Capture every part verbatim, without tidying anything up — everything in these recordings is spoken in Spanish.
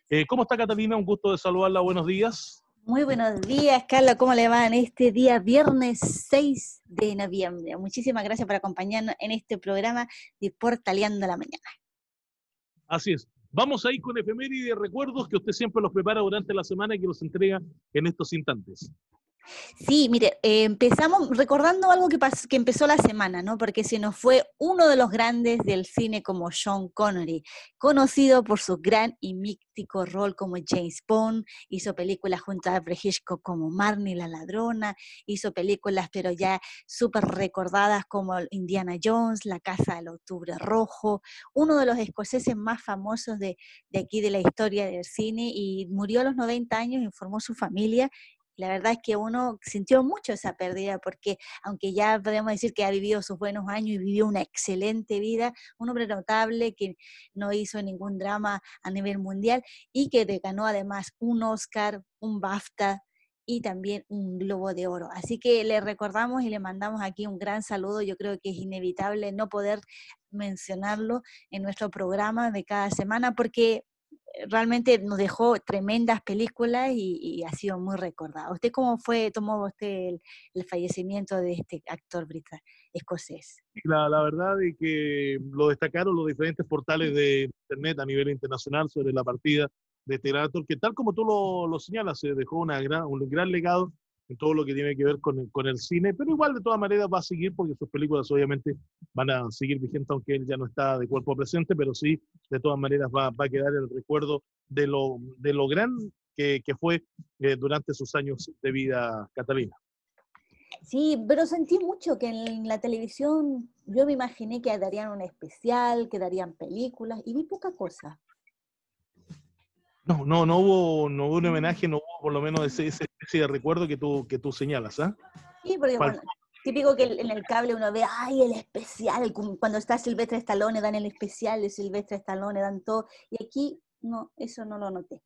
Eh, ¿Cómo está Catalina? Un gusto de saludarla, buenos días. Muy buenos días, Carla, ¿cómo le va en este día viernes seis de noviembre? Muchísimas gracias por acompañarnos en este programa de Portaleando la Mañana. Así es. Vamos a ir con efemérides de recuerdos que usted siempre los prepara durante la semana y que los entrega en estos instantes. Sí, mire, eh, empezamos recordando algo que, pasó, que empezó la semana, ¿no? Porque se nos fue uno de los grandes del cine como Sean Connery, conocido por su gran y mítico rol como James Bond, hizo películas junto a Alfred Hitchcock como Marnie la ladrona, hizo películas pero ya súper recordadas como Indiana Jones, La Casa del Octubre Rojo, uno de los escoceses más famosos de, de aquí de la historia del cine, y murió a los noventa años, informó su familia. La verdad es que uno sintió mucho esa pérdida porque, aunque ya podemos decir que ha vivido sus buenos años y vivió una excelente vida, un hombre notable que no hizo ningún drama a nivel mundial y que ganó además un Oscar, un BAFTA y también un Globo de Oro. Así que le recordamos y le mandamos aquí un gran saludo. Yo creo que es inevitable no poder mencionarlo en nuestro programa de cada semana porque realmente nos dejó tremendas películas y, y ha sido muy recordado. ¿Usted cómo fue, tomó usted el, el fallecimiento de este actor británico, escocés? La, la verdad es que lo destacaron los diferentes portales de internet a nivel internacional sobre la partida de este gran actor, que tal como tú lo, lo señalas, se dejó una gran, un gran legado en todo lo que tiene que ver con el, con el cine, pero igual de todas maneras va a seguir porque sus películas obviamente van a seguir vigentes aunque él ya no está de cuerpo presente, pero sí, de todas maneras va, va a quedar el recuerdo de lo, de lo gran que, que fue eh, durante sus años de vida, Catalina. Sí, pero sentí mucho que en la televisión yo me imaginé que darían un especial, que darían películas, y vi poca cosa. No, no, no hubo, no hubo un homenaje, no hubo por lo menos ese, ese especie de recuerdo que tú, que tú señalas, ¿ah? ¿eh? Sí, porque bueno, típico que en el cable uno ve, ay, el especial, cuando está Silvestre Stallone dan el especial de Silvestre Stallone, dan todo, y aquí no, eso no lo noté.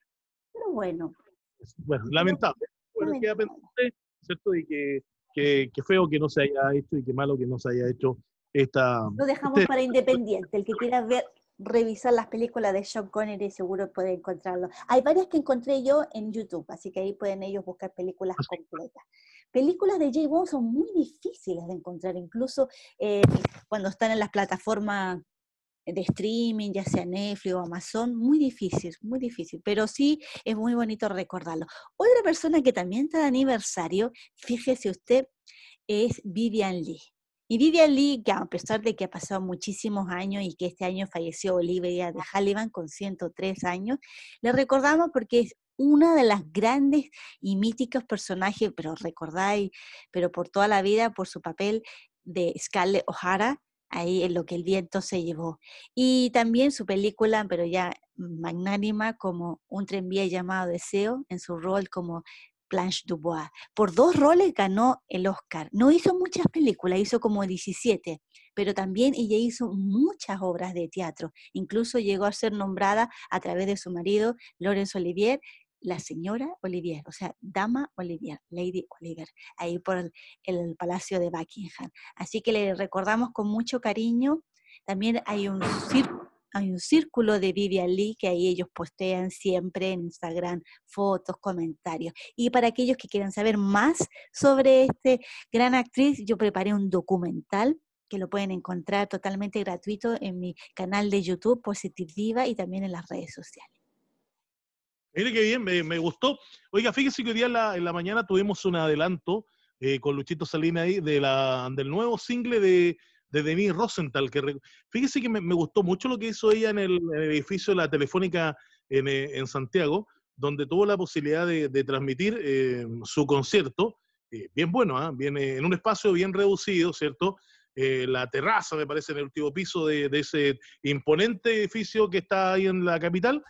Pero bueno. Bueno, lamentable. Bueno, queda pendiente, ¿cierto? Y que, que, que feo que no se haya hecho y que malo que no se haya hecho esta... Lo dejamos Este, para Independiente, el que quiera ver, revisar las películas de Sean Connery seguro puede encontrarlo. Hay varias que encontré yo en YouTube, así que ahí pueden ellos buscar películas completas. Películas de James Bond son muy difíciles de encontrar, incluso eh, cuando están en las plataformas de streaming, ya sea Netflix o Amazon, muy difícil, muy difícil, pero sí es muy bonito recordarlo. Otra persona que también está de aniversario, fíjese usted, es Vivian Leigh. Y Vivian Leigh, que a pesar de que ha pasado muchísimos años y que este año falleció Olivia de Havilland con ciento tres años, le recordamos porque es una de las grandes y míticos personajes, pero recordáis, pero por toda la vida, por su papel de Scarlett O'Hara, ahí en Lo que el viento se llevó. Y también su película, pero ya magnánima, como Un tranvía llamado Deseo, en su rol como Blanche Dubois. Por dos roles ganó el Oscar. No hizo muchas películas, hizo como diecisiete, pero también ella hizo muchas obras de teatro. Incluso llegó a ser nombrada a través de su marido, Laurence Olivier, la señora Olivier, o sea, Dama Olivier, Lady Olivier, ahí por el, el Palacio de Buckingham. Así que le recordamos con mucho cariño. También hay un círculo hay un círculo de Vivian Leigh que ahí ellos postean siempre en Instagram fotos, comentarios. Y para aquellos que quieran saber más sobre esta gran actriz, yo preparé un documental que lo pueden encontrar totalmente gratuito en mi canal de YouTube, Positive Diva, y también en las redes sociales. Mire qué bien, me, me gustó. Oiga, fíjese que hoy día en la, en la mañana tuvimos un adelanto eh, con Luchito Salinas ahí de la, del nuevo single de, de Denise Rosenthal. Que re, fíjese que me, me gustó mucho lo que hizo ella en el, en el edificio de la Telefónica en, eh, en Santiago, donde tuvo la posibilidad de, de transmitir eh, su concierto. Eh, bien bueno, ¿eh? Bien, eh, en un espacio bien reducido, ¿cierto? Eh, la terraza, me parece, en el último piso de, de ese imponente edificio que está ahí en la capital,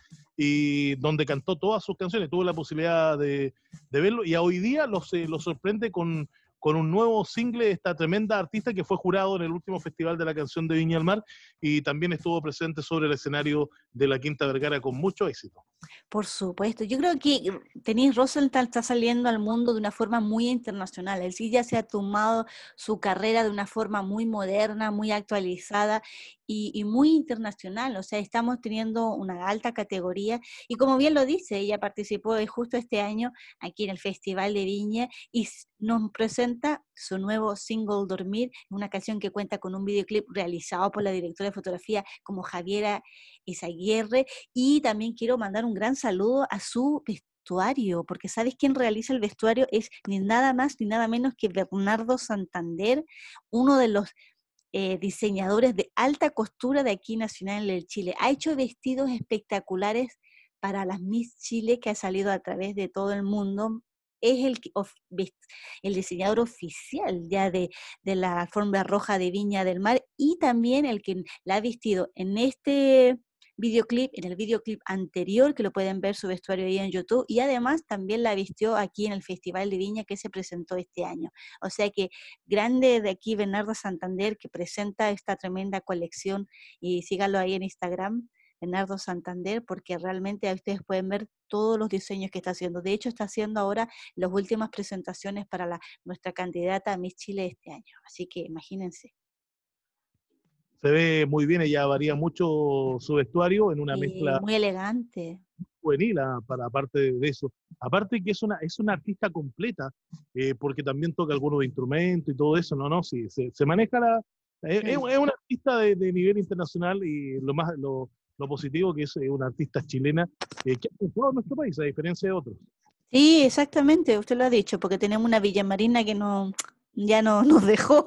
y donde cantó todas sus canciones, tuvo la posibilidad de, de verlo, y a hoy día lo, se, lo sorprende con, con un nuevo single de esta tremenda artista que fue jurado en el último Festival de la Canción de Viña del Mar y también estuvo presente sobre el escenario de la Quinta Vergara con mucho éxito. Por supuesto, yo creo que Denise Rosenthal está saliendo al mundo de una forma muy internacional. Él sí ya se ha tomado su carrera de una forma muy moderna, muy actualizada y, y muy internacional. O sea, estamos teniendo una alta categoría y como bien lo dice, ella participó justo este año aquí en el Festival de Viña y nos presenta su nuevo single Dormir, una canción que cuenta con un videoclip realizado por la directora de fotografía como Javiera Izaguirre. Y también quiero mandar un gran saludo a su vestuario, porque ¿sabes quién realiza el vestuario? Es ni nada más ni nada menos que Bernardo Santander, uno de los eh, diseñadores de alta costura de aquí Nacional del Chile. Ha hecho vestidos espectaculares para las Miss Chile que ha salido a través de todo el mundo. Es el, el diseñador oficial ya de, de la alfombra roja de Viña del Mar y también el que la ha vestido en este videoclip, en el videoclip anterior, que lo pueden ver su vestuario ahí en YouTube, y además también la vistió aquí en el Festival de Viña que se presentó este año. O sea que grande de aquí Bernardo Santander, que presenta esta tremenda colección, y síganlo ahí en Instagram, Bernardo Santander, porque realmente ustedes pueden ver todos los diseños que está haciendo. De hecho, está haciendo ahora las últimas presentaciones para la, nuestra candidata a Miss Chile este año. Así que imagínense. Se ve muy bien, ella varía mucho su vestuario en una Y mezcla muy elegante. juvenil, ah, para aparte de eso. Aparte que es una, es una artista completa, eh, porque también toca algunos instrumentos y todo eso, no, no, sí, se, se maneja la... Es, es Sí. una artista de, de nivel internacional y lo más lo, lo positivo que es eh, una artista chilena eh, que ha triunfado en nuestro país, a diferencia de otros. Sí, exactamente, usted lo ha dicho, porque tenemos una Villa Marina que no, ya no nos dejó.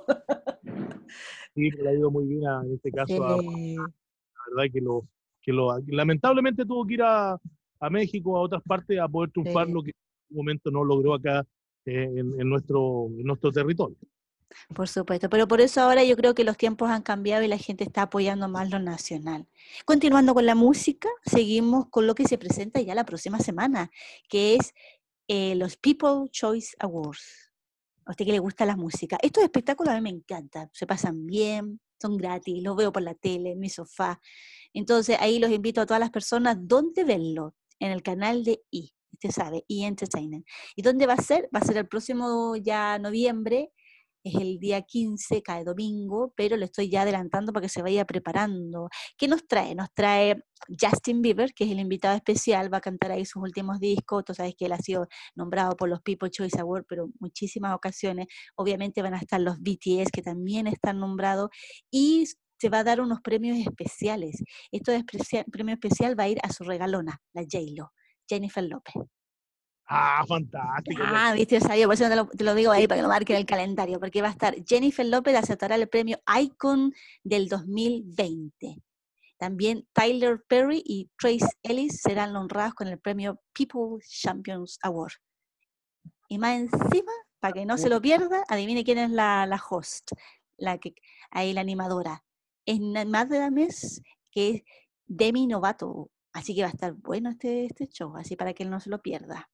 Sí, le ha ido muy bien a- en este caso a Sí. la verdad que lo, que lo lamentablemente tuvo que ir a, a México, a otras partes, a poder triunfar, Sí, lo que en un momento no logró acá eh, en, en nuestro, en nuestro territorio. por supuesto, pero por eso ahora yo creo que los tiempos han cambiado y la gente está apoyando más lo nacional. Continuando con la música, seguimos con lo que se presenta ya la próxima semana, que es eh, los People Choice Awards. A usted que le gusta la música. Estos espectáculos a mí me encantan, se pasan bien, son gratis, los veo por la tele, en mi sofá. Entonces ahí los invito a todas las personas, ¿dónde verlo? En el canal de E, usted sabe, E Entertainment. ¿Y dónde va a ser? Va a ser el próximo ya noviembre, es el día quince, cae domingo, pero le estoy ya adelantando para que se vaya preparando. ¿Qué nos trae? Nos trae Justin Bieber, que es el invitado especial, va a cantar ahí sus últimos discos. Tú sabes que él ha sido nombrado por los People Choice Awards, pero muchísimas ocasiones. Obviamente van a estar los B T S, que también están nombrados, y se va a dar unos premios especiales. Esto de premio especial va a ir a su regalona, la J-Lo, Jennifer López. Ah, fantástico. Ya. Ah, viste, sabía, por eso te lo, te lo digo ahí para que lo marquen en el calendario, porque va a estar Jennifer López, aceptará el premio Icon del dos mil veinte. También Tyler Perry y Trace Ellis serán honrados con el premio People Champions Award. Y más encima, para que no se lo pierda, adivine quién es la, la host, la que, ahí la animadora. Es más de la mes que es Demi Novato. Así que va a estar bueno este, este show, así para que él no se lo pierda.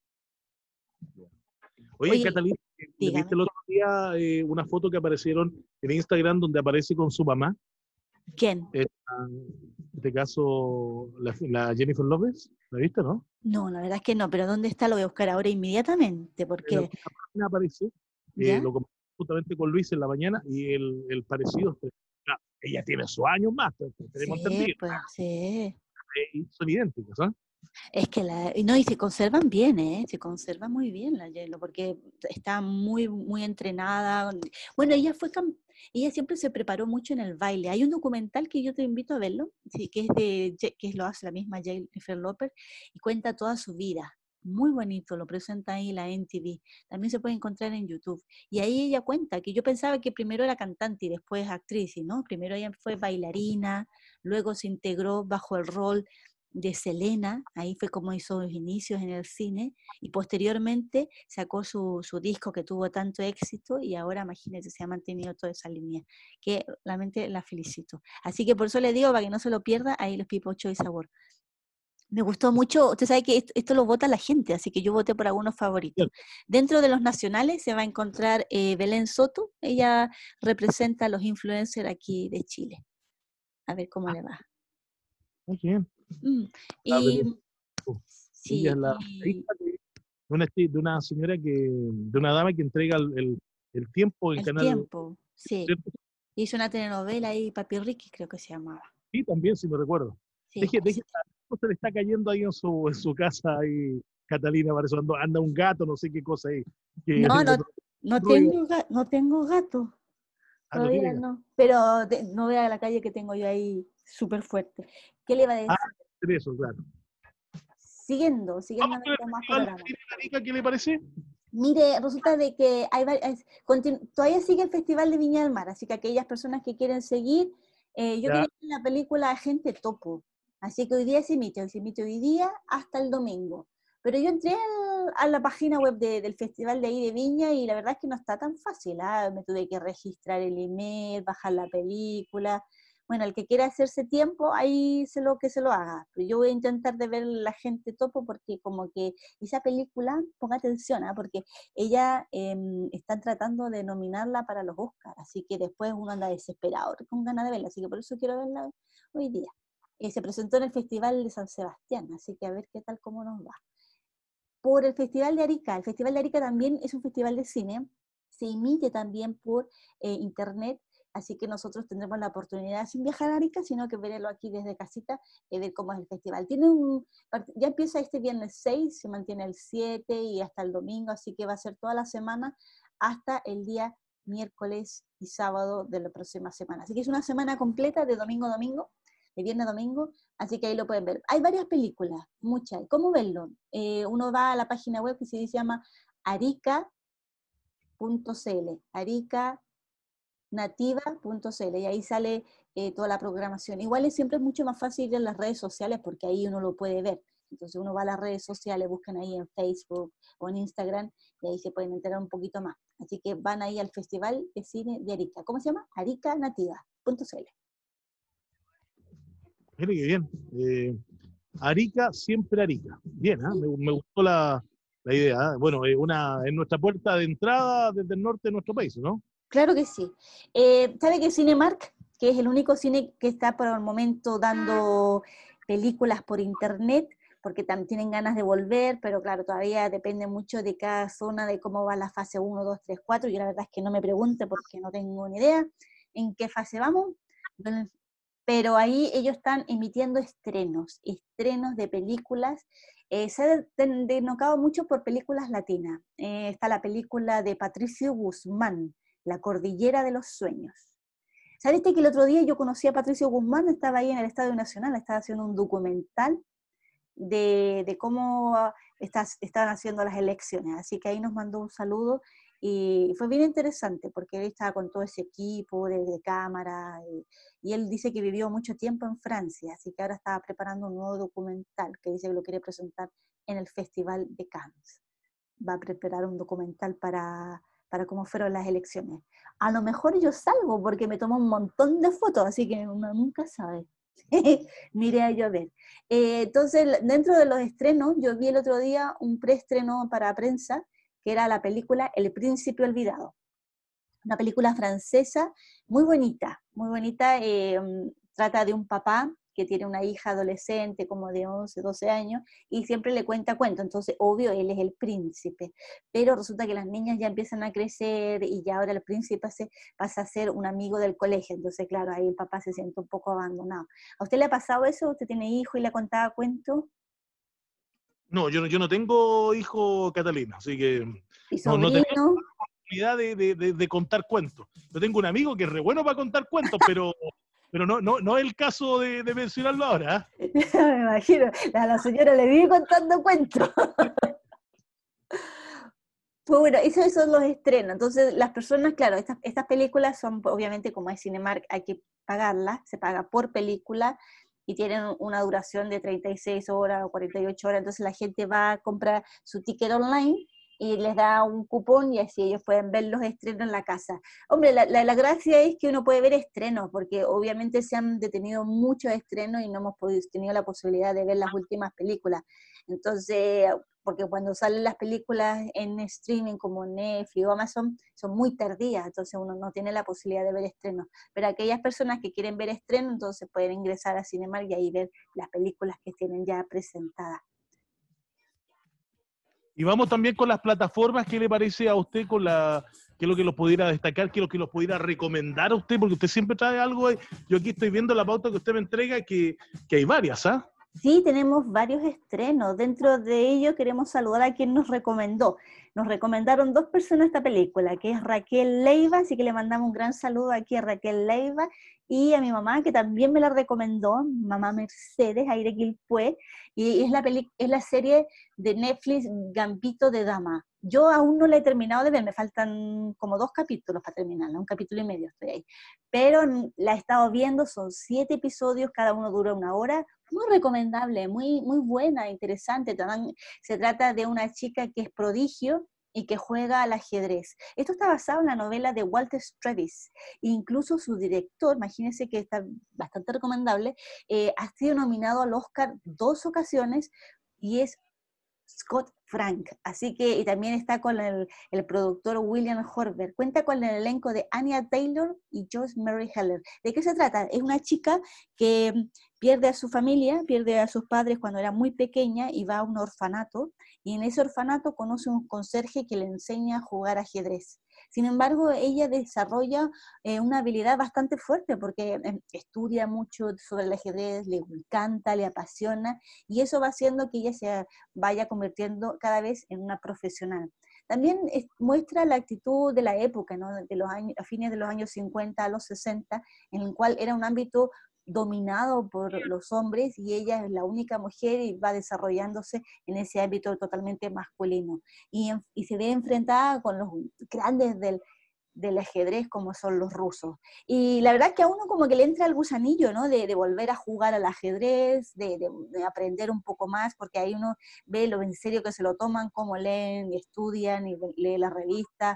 Oye, Oye, Catalina, ¿le viste dígame, el otro día eh, una foto que aparecieron en Instagram donde aparece con su mamá? ¿quién? Eh, en este caso, la, la Jennifer López. ¿La viste, no? No, la verdad es que no, pero ¿dónde está? Lo voy a buscar ahora inmediatamente, En porque, alguna página aparece, eh, ¿ya? lo comenté justamente con Luis en la mañana y el, el parecido, pues, claro, ella tiene sus años más, pues, pues, tenemos Sí, entendido, pues, sí. eh, son idénticos, ¿ah? Es que la, y no, y se conservan bien, ¿eh? Se conserva muy bien la J-Lo, porque está muy, muy entrenada. Bueno, ella fue, cam- ella siempre se preparó mucho en el baile. Hay un documental que yo te invito a verlo, sí, que es de, Je- que lo hace la misma Jennifer López, y cuenta toda su vida. Muy bonito, lo presenta ahí la M T V. También se puede encontrar en YouTube. Y ahí ella cuenta que yo pensaba que primero era cantante y después actriz, y no, primero ella fue bailarina, luego se integró bajo el rol de Selena, ahí fue como hizo sus inicios en el cine, y posteriormente sacó su, su disco que tuvo tanto éxito, y ahora imagínense, se ha mantenido toda esa línea, que realmente la felicito. Así que por eso le digo, para que no se lo pierda, ahí los People Choice Awards. Me gustó mucho, usted sabe que esto, esto lo vota la gente, así que yo voté por algunos favoritos. Cierto. Dentro de los nacionales se va a encontrar eh, Belén Soto, ella representa a los influencers aquí de Chile. A ver cómo Ah, le va. muy bien. Mm, La y Belén. Ella es sí, la y hija de de una, chi- de una señora que, de una dama que entrega el, el, el tiempo en el canal, tiempo, sí. ¿cierto? Hizo una telenovela ahí, Papi Ricky creo que se llamaba. Sí, también, si me recuerdo. Sí, Deje, deje, así. algo se le está cayendo ahí en su, en su casa ahí, Catalina, parece anda, anda un gato, no sé qué cosa ahí, que No, le no, produce no ruido. tengo, ga- no tengo gato, Ah, no todavía tiene gato. no. Pero de- no vea la calle que tengo yo ahí súper fuerte. ¿Qué le iba a Ah, decir? eso, claro. Siguiendo, siguiendo Vamos en con el el tema festival de panorama. cine de Arica, ¿qué le parece? Mire, resulta de que hay, vari- es- continu- todavía sigue el Festival de Viña del Mar, así que aquellas personas que quieren seguir, eh, yo Ya, quería ver la película Agente Topo, así que hoy día se emite, hoy se emite hoy día hasta el domingo. Pero yo entré al- a la página web de- del festival de ahí de Viña y la verdad es que no está tan fácil, ¿ah? Me tuve que registrar el email, bajar la película. Bueno, el que quiera hacerse tiempo, ahí se lo que se lo haga. Pero yo voy a intentar de ver la Agente Topo porque como que esa película, ponga atención, ¿ah? Porque ella eh, están tratando de nominarla para los Oscars, así que después uno anda desesperado con ganas de verla, así que por eso quiero verla hoy día. Eh, se presentó en el Festival de San Sebastián, así que a ver qué tal, cómo nos va. Por el Festival de Arica, el Festival de Arica también es un festival de cine, se emite también por eh, internet, así que nosotros tendremos la oportunidad, sin viajar a Arica, sino que verlo aquí desde casita, y ver cómo es el festival. Tiene un, ya empieza este viernes seis, se mantiene el siete y hasta el domingo, así que va a ser toda la semana hasta el día miércoles y sábado de la próxima semana. Así que es una semana completa de domingo a domingo, de viernes a domingo, así que ahí lo pueden ver. Hay varias películas, muchas. ¿Cómo verlo? Eh, uno va a la página web que se llama arica punto c l, arica nativa punto c l, y ahí sale eh, toda la programación. Igual es siempre es mucho más fácil ir en las redes sociales porque ahí uno lo puede ver. Entonces uno va a las redes sociales, buscan ahí en Facebook o en Instagram y ahí se pueden enterar un poquito más. Así que van ahí al Festival de Cine de Arica. ¿Cómo se llama? arica nativa punto c l. mire qué bien. Eh, Arica, siempre Arica. Bien, ¿ah? Me, me gustó la, la idea. ¿ah? Bueno, es una, es nuestra puerta de entrada desde el norte de nuestro país, ¿no? Claro que sí. Eh, ¿Sabe que Cinemark, que es el único cine que está por el momento dando películas por internet, porque también tienen ganas de volver, pero claro, todavía depende mucho de cada zona, de cómo va la fase uno, dos, tres, cuatro. Yo la verdad es que no me pregunte porque no tengo ni idea en qué fase vamos, pero ahí ellos están emitiendo estrenos, estrenos de películas. Eh, se ha denocado mucho por películas latinas. Eh, está la película de Patricio Guzmán, La Cordillera de los Sueños. ¿Sabes que el otro día yo conocí a Patricio Guzmán? Estaba ahí en el Estadio Nacional, estaba haciendo un documental de, de cómo estás, estaban haciendo las elecciones. Así que ahí nos mandó un saludo y fue bien interesante porque él estaba con todo ese equipo de, de cámara y, y él dice que vivió mucho tiempo en Francia, así que ahora estaba preparando un nuevo documental que dice que lo quiere presentar en el Festival de Cannes. Va a preparar un documental para, para cómo fueron las elecciones. A lo mejor yo salgo porque me tomo un montón de fotos, así que uno nunca sabe. Miré a yo a ver. Eh, entonces, dentro de los estrenos, yo vi el otro día un preestreno para prensa, que era la película El Príncipe Olvidado. Una película francesa muy bonita, muy bonita. Eh, trata de un papá que tiene una hija adolescente como de once, doce años y siempre le cuenta cuentos, entonces obvio él es el príncipe, pero resulta que las niñas ya empiezan a crecer y ya ahora el príncipe se, pasa a ser un amigo del colegio, entonces claro, ahí el papá se siente un poco abandonado. ¿A usted le ha pasado eso? ¿Usted tiene hijo y le contaba cuentos? No, yo, no- yo no tengo hijo Catalina, así que ¿Y no, no he tenido sobrino? la oportunidad de, de- de- de contar cuentos. Yo tengo un amigo que es re bueno para contar cuentos, pero, pero no, no, no es el caso de, de mencionarlo ahora. ¿ah? Me imagino, a la señora le vive contando cuentos. Pues bueno, esos son los estrenos. Entonces, las personas, claro, estas, estas películas son, obviamente, como es Cinemark, hay que pagarlas, se paga por película y tienen una duración de treinta y seis horas o cuarenta y ocho horas. Entonces, la gente va a comprar su ticket online y les da un cupón y así ellos pueden ver los estrenos en la casa. Hombre, la, la, la gracia es que uno puede ver estrenos, porque obviamente se han detenido muchos estrenos y no hemos podido, tenido la posibilidad de ver las últimas películas. Entonces, porque cuando salen las películas en streaming como Netflix o Amazon, son muy tardías, entonces uno no tiene la posibilidad de ver estrenos. Pero aquellas personas que quieren ver estrenos, entonces pueden ingresar a Cinemark y ahí ver las películas que tienen ya presentadas. Y vamos también con las plataformas. ¿Qué le parece a usted con la, qué es lo que los pudiera destacar, qué es lo que los pudiera recomendar a usted? Porque usted siempre trae algo. Yo aquí estoy viendo la pauta que usted me entrega, que, que hay varias, ¿ah? ¿eh? Sí, tenemos varios estrenos. Dentro de ello queremos saludar a quien nos recomendó. Nos recomendaron dos personas esta película, que es Raquel Leiva, así que le mandamos un gran saludo aquí a Raquel Leiva y a mi mamá, que también me la recomendó, mamá Mercedes, Aire Quilpué, y es la, peli es la serie de Netflix Gambito de Dama. Yo aún no la he terminado de ver, me faltan como dos capítulos para terminarla, un capítulo y medio estoy ahí. Pero la he estado viendo, son siete episodios, cada uno dura una hora, muy recomendable, muy, muy buena, interesante. Se trata de una chica que es prodigio y que juega al ajedrez. Esto está basado en la novela de Walter Stravis. Incluso su director, imagínense que está bastante recomendable, eh, ha sido nominado al Oscar dos ocasiones y es Scott Frank, así que, y también está con el, el productor William Horber. Cuenta con el elenco de Anya Taylor y Joyce Mary Heller. ¿De qué se trata? Es una chica que pierde a su familia, pierde a sus padres cuando era muy pequeña y va a un orfanato, y en ese orfanato conoce un conserje que le enseña a jugar ajedrez. Sin embargo, ella desarrolla eh, una habilidad bastante fuerte porque eh, estudia mucho sobre el ajedrez, le encanta, le apasiona, y eso va haciendo que ella se vaya convirtiendo cada vez en una profesional. También es, muestra la actitud de la época, ¿no? De los años, a fines de los años cincuenta a los sesenta, en el cual era un ámbito dominado por los hombres y ella es la única mujer y va desarrollándose en ese ámbito totalmente masculino. Y, y se ve enfrentada con los grandes del, del ajedrez como son los rusos. Y la verdad es que a uno como que le entra el gusanillo, ¿no? De, de volver a jugar al ajedrez, de, de, de aprender un poco más, porque ahí uno ve lo en serio que se lo toman, cómo leen, estudian y lee la revista.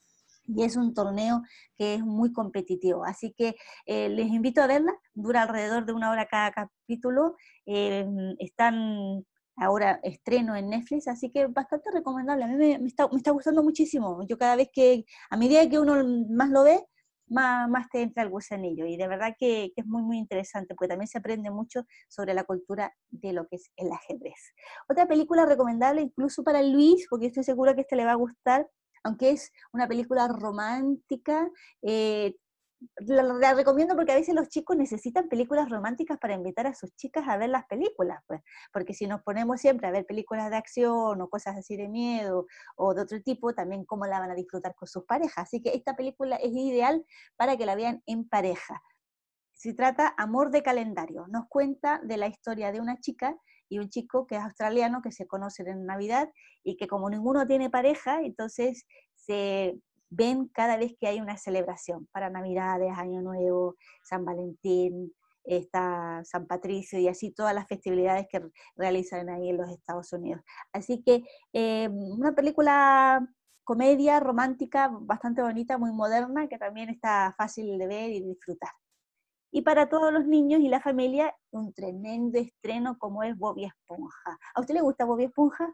Y es un torneo que es muy competitivo. Así que eh, les invito a verla, dura alrededor de una hora cada capítulo. Eh, están ahora estreno en Netflix, así que bastante recomendable. A mí me, me, está, me está gustando muchísimo. Yo cada vez que, a medida que uno más lo ve, más, más te entra el gusanillo. Y de verdad que, que es muy, muy interesante, porque también se aprende mucho sobre la cultura de lo que es el ajedrez. Otra película recomendable incluso para Luis, porque estoy segura que este le va a gustar, aunque es una película romántica, eh, la, la, recomiendo porque a veces los chicos necesitan películas románticas para invitar a sus chicas a ver las películas, pues, porque si nos ponemos siempre a ver películas de acción o cosas así de miedo o de otro tipo, también cómo la van a disfrutar con sus parejas. Así que esta película es ideal para que la vean en pareja. Se trata Amor de Calendario. Nos cuenta de la historia de una chica y un chico que es australiano, que se conocen en Navidad y que como ninguno tiene pareja, entonces se ven cada vez que hay una celebración para Navidades, Año Nuevo, San Valentín, está San Patricio y así todas las festividades que realizan ahí en los Estados Unidos. Así que eh, una película comedia romántica bastante bonita, muy moderna, que también está fácil de ver y disfrutar. Y para todos los niños y la familia, un tremendo estreno como es Bob Esponja. ¿A usted le gusta Bob Esponja?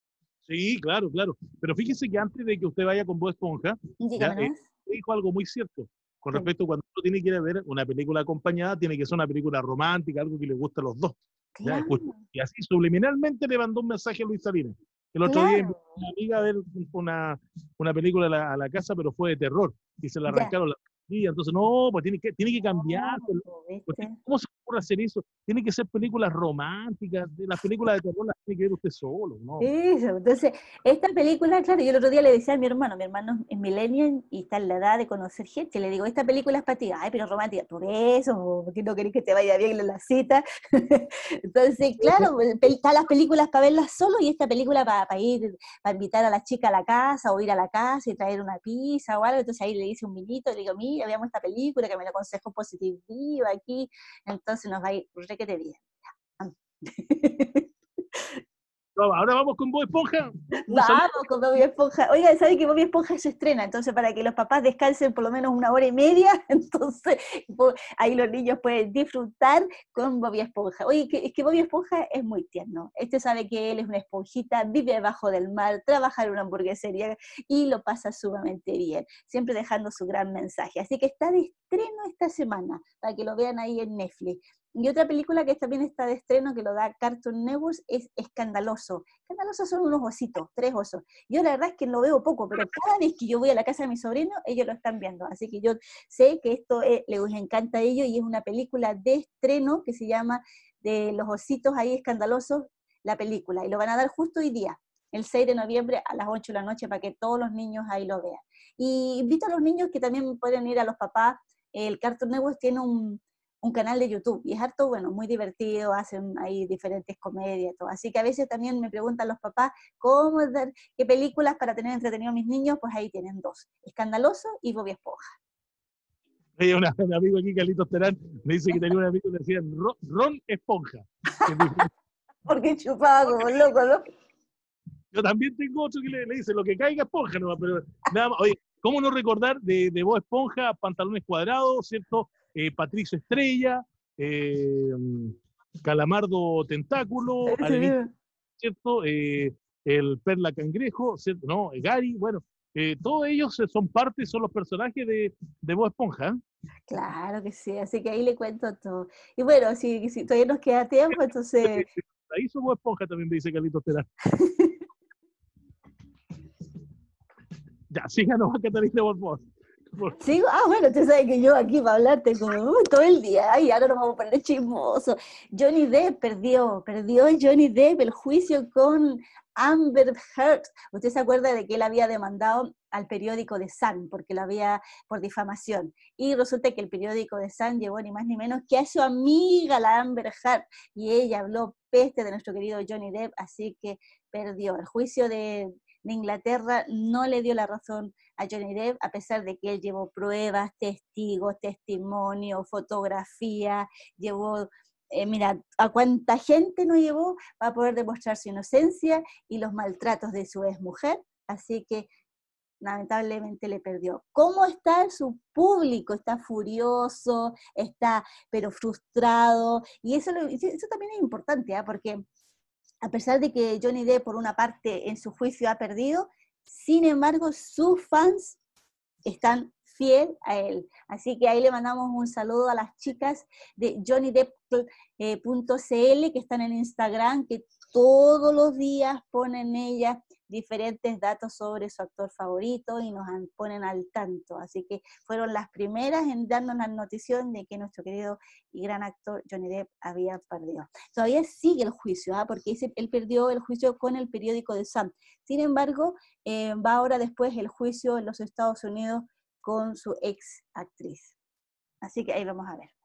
Sí, claro, claro. Pero fíjese que antes de que usted vaya con Bob Esponja, ya, Dígame eh, más. dijo algo muy cierto. Con Sí. respecto a cuando uno tiene que ir a ver una película acompañada, tiene que ser una película romántica, algo que le guste a los dos. ¿Ya? Claro, Y así subliminalmente le mandó un mensaje a Luis Salinas. El otro día invitó claro. a una amiga a ver una, una película a la, a la casa, pero fue de terror. Y se le Ya. arrancaron las pastillas. Entonces, no, pues tiene que, tiene que cambiar. No, Porque, ¿viste? ¿cómo se puede hacer eso? Tiene que ser películas románticas. Las películas de terror las tiene que ver usted solo, ¿no? Eso, entonces, esta película, claro, yo el otro día le decía a mi hermano, mi hermano es millennial y está en la edad de conocer gente, le digo, esta película es para ti, ay, pero romántica, por eso, porque no querés que te vaya bien la cita. Entonces, claro, pues, están las películas para verlas solo y esta película para, para ir, para invitar a la chica a la casa o ir a la casa y traer una pizza o algo, entonces ahí le dice un vinito, le digo, mira, veamos esta película que me la aconsejo positivo aquí, entonces nos va a ir requete bien. Ahora vamos con Bob Esponja. Un saludo. Vamos con Bobby Esponja. Oiga, ¿sabe que Bobby Esponja se estrena? Entonces, para que los papás descansen por lo menos una hora y media, entonces po- ahí los niños pueden disfrutar con Bobby Esponja. Oye, que, es que Bobby Esponja es muy tierno. Este sabe que él es una esponjita, vive abajo del mar, trabaja en una hamburguesería y lo pasa sumamente bien, siempre dejando su gran mensaje. Así que está de estreno esta semana, para que lo vean ahí en Netflix. Y otra película que también está de estreno, que lo da Cartoon Network, es Escandaloso. Escandalosos son unos ositos, tres osos. Yo la verdad es que lo veo poco, pero cada vez que yo voy a la casa de mi sobrino, ellos lo están viendo. Así que yo sé que esto eh, les encanta a ellos y es una película de estreno que se llama de los ositos ahí escandalosos, la película. Y lo van a dar justo hoy día, el seis de noviembre a las ocho de la noche, para que todos los niños ahí lo vean. Y invito a los niños que también pueden ir a los papás. El Cartoon Network tiene un un canal de YouTube, y es harto, bueno, muy divertido, hacen ahí diferentes comedias, todo. Así que a veces también me preguntan los papás, ¿cómo dar, qué películas para tener entretenido a mis niños? Pues ahí tienen dos, Escandaloso y Bobby Esponja. Hay una- un amigo aquí, Carlitos Terán, me dice que tenía un amigo que le decían Ron, Ron Esponja. Que es diferente. Porque chupaba como loco, ¿no? Yo también tengo otro que le, le dice lo que caiga esponja, nomás, pero nada más. Oye, ¿cómo no recordar de, de Bob Esponja, Pantalones Cuadrados, ¿cierto? Eh, Patricio Estrella, eh, Calamardo Tentáculo, Arenito, Sí. ¿cierto? Eh, el Perla Cangrejo, ¿cierto? No, eh, Gary, bueno, eh, todos ellos eh, son parte, son los personajes de, de Bob Esponja. ¿Eh? Claro que sí, así que ahí le cuento todo. Y bueno, si, si todavía nos queda tiempo, entonces... Ahí hizo Bob Esponja también, me dice Carlitos Terán. Ya, síganos a Catalina, por favor. Por- ¿Sigo? Ah, bueno, usted sabe que yo aquí para hablar tengo uh, todo el día. Ay, ahora nos vamos a poner chismoso. Johnny Depp perdió, perdió Johnny Depp el juicio con Amber Heard. ¿Usted se acuerda de que él había demandado al periódico The Sun porque lo había por difamación? Y resulta que el periódico The Sun llevó ni más ni menos que a su amiga, la Amber Heard, y ella habló peste de nuestro querido Johnny Depp, así que perdió. El juicio de, de Inglaterra no le dio la razón a Johnny Depp, a pesar de que él llevó pruebas, testigos, testimonios, fotografía, llevó, eh, mira, a cuánta gente no llevó para poder demostrar su inocencia y los maltratos de su exmujer, así que lamentablemente le perdió. ¿Cómo está su público? Está furioso, está pero frustrado, y eso, lo, eso también es importante, ¿eh? Porque a pesar de que Johnny Depp por una parte en su juicio ha perdido, sin embargo sus fans están fiel a él. Así que ahí le mandamos un saludo a las chicas de Johnny Depp punto c l que están en Instagram, que todos los días ponen ellas diferentes datos sobre su actor favorito y nos ponen al tanto. Así que fueron las primeras en darnos la notición de que nuestro querido y gran actor Johnny Depp había perdido. Todavía sigue el juicio, ¿eh? Porque ese, él perdió el juicio con el periódico The Sun. Sin embargo, eh, va ahora después el juicio en los Estados Unidos con su ex actriz. Así que ahí vamos a ver.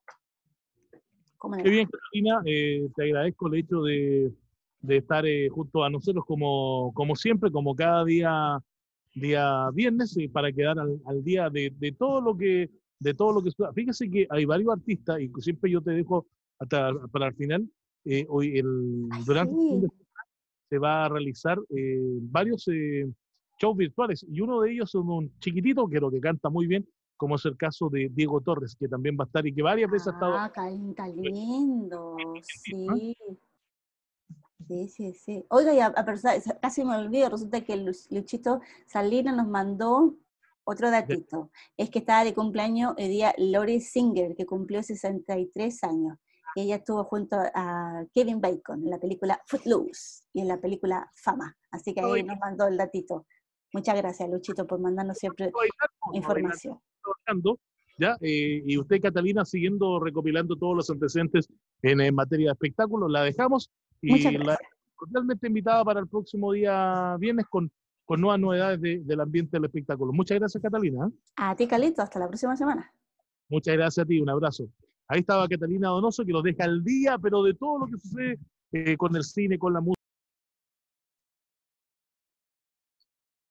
¿Cómo le Qué va? bien, Carolina, eh, te agradezco el hecho de, de estar eh, junto a nosotros como, como siempre, como cada día, día viernes, eh, para quedar al, al día de, de todo lo que de todo lo que fíjese que hay varios artistas y siempre yo te dejo hasta para el final. Eh, hoy el Ay, durante el fin de sí. semana se va a realizar eh, varios eh, shows virtuales y uno de ellos es un chiquitito que lo que canta muy bien, como es el caso de Diego Torres, que también va a estar y que varias veces ha estado. Ah, está lindo, ¿Ah? sí. Sí, sí, sí. Oiga, y a, a pesar- casi me olvido, resulta que Lu- Luchito Salinas nos mandó otro Ya, datito. Es que estaba de cumpleaños el día Lori Singer, que cumplió sesenta y tres años. Y ella estuvo junto a Kevin Bacon en la película Footloose y en la película Fama. Así que ahí ay, nos mandó el datito. Muchas gracias, Luchito, por mandarnos siempre a bailar, vamos a bailar información. trabajando, ¿ya? Eh, y usted, Catalina, siguiendo recopilando todos los antecedentes en, en materia de espectáculos, la dejamos Muchas y la gracias. cordialmente invitada para el próximo día viernes con, con nuevas novedades de- del ambiente del espectáculo. Muchas gracias, Catalina. ¿Eh? A ti, Calito, hasta la próxima semana. Muchas gracias a ti, un abrazo. Ahí estaba Catalina Donoso, que nos deja al día, pero de todo lo que sucede eh, con el cine, con la música.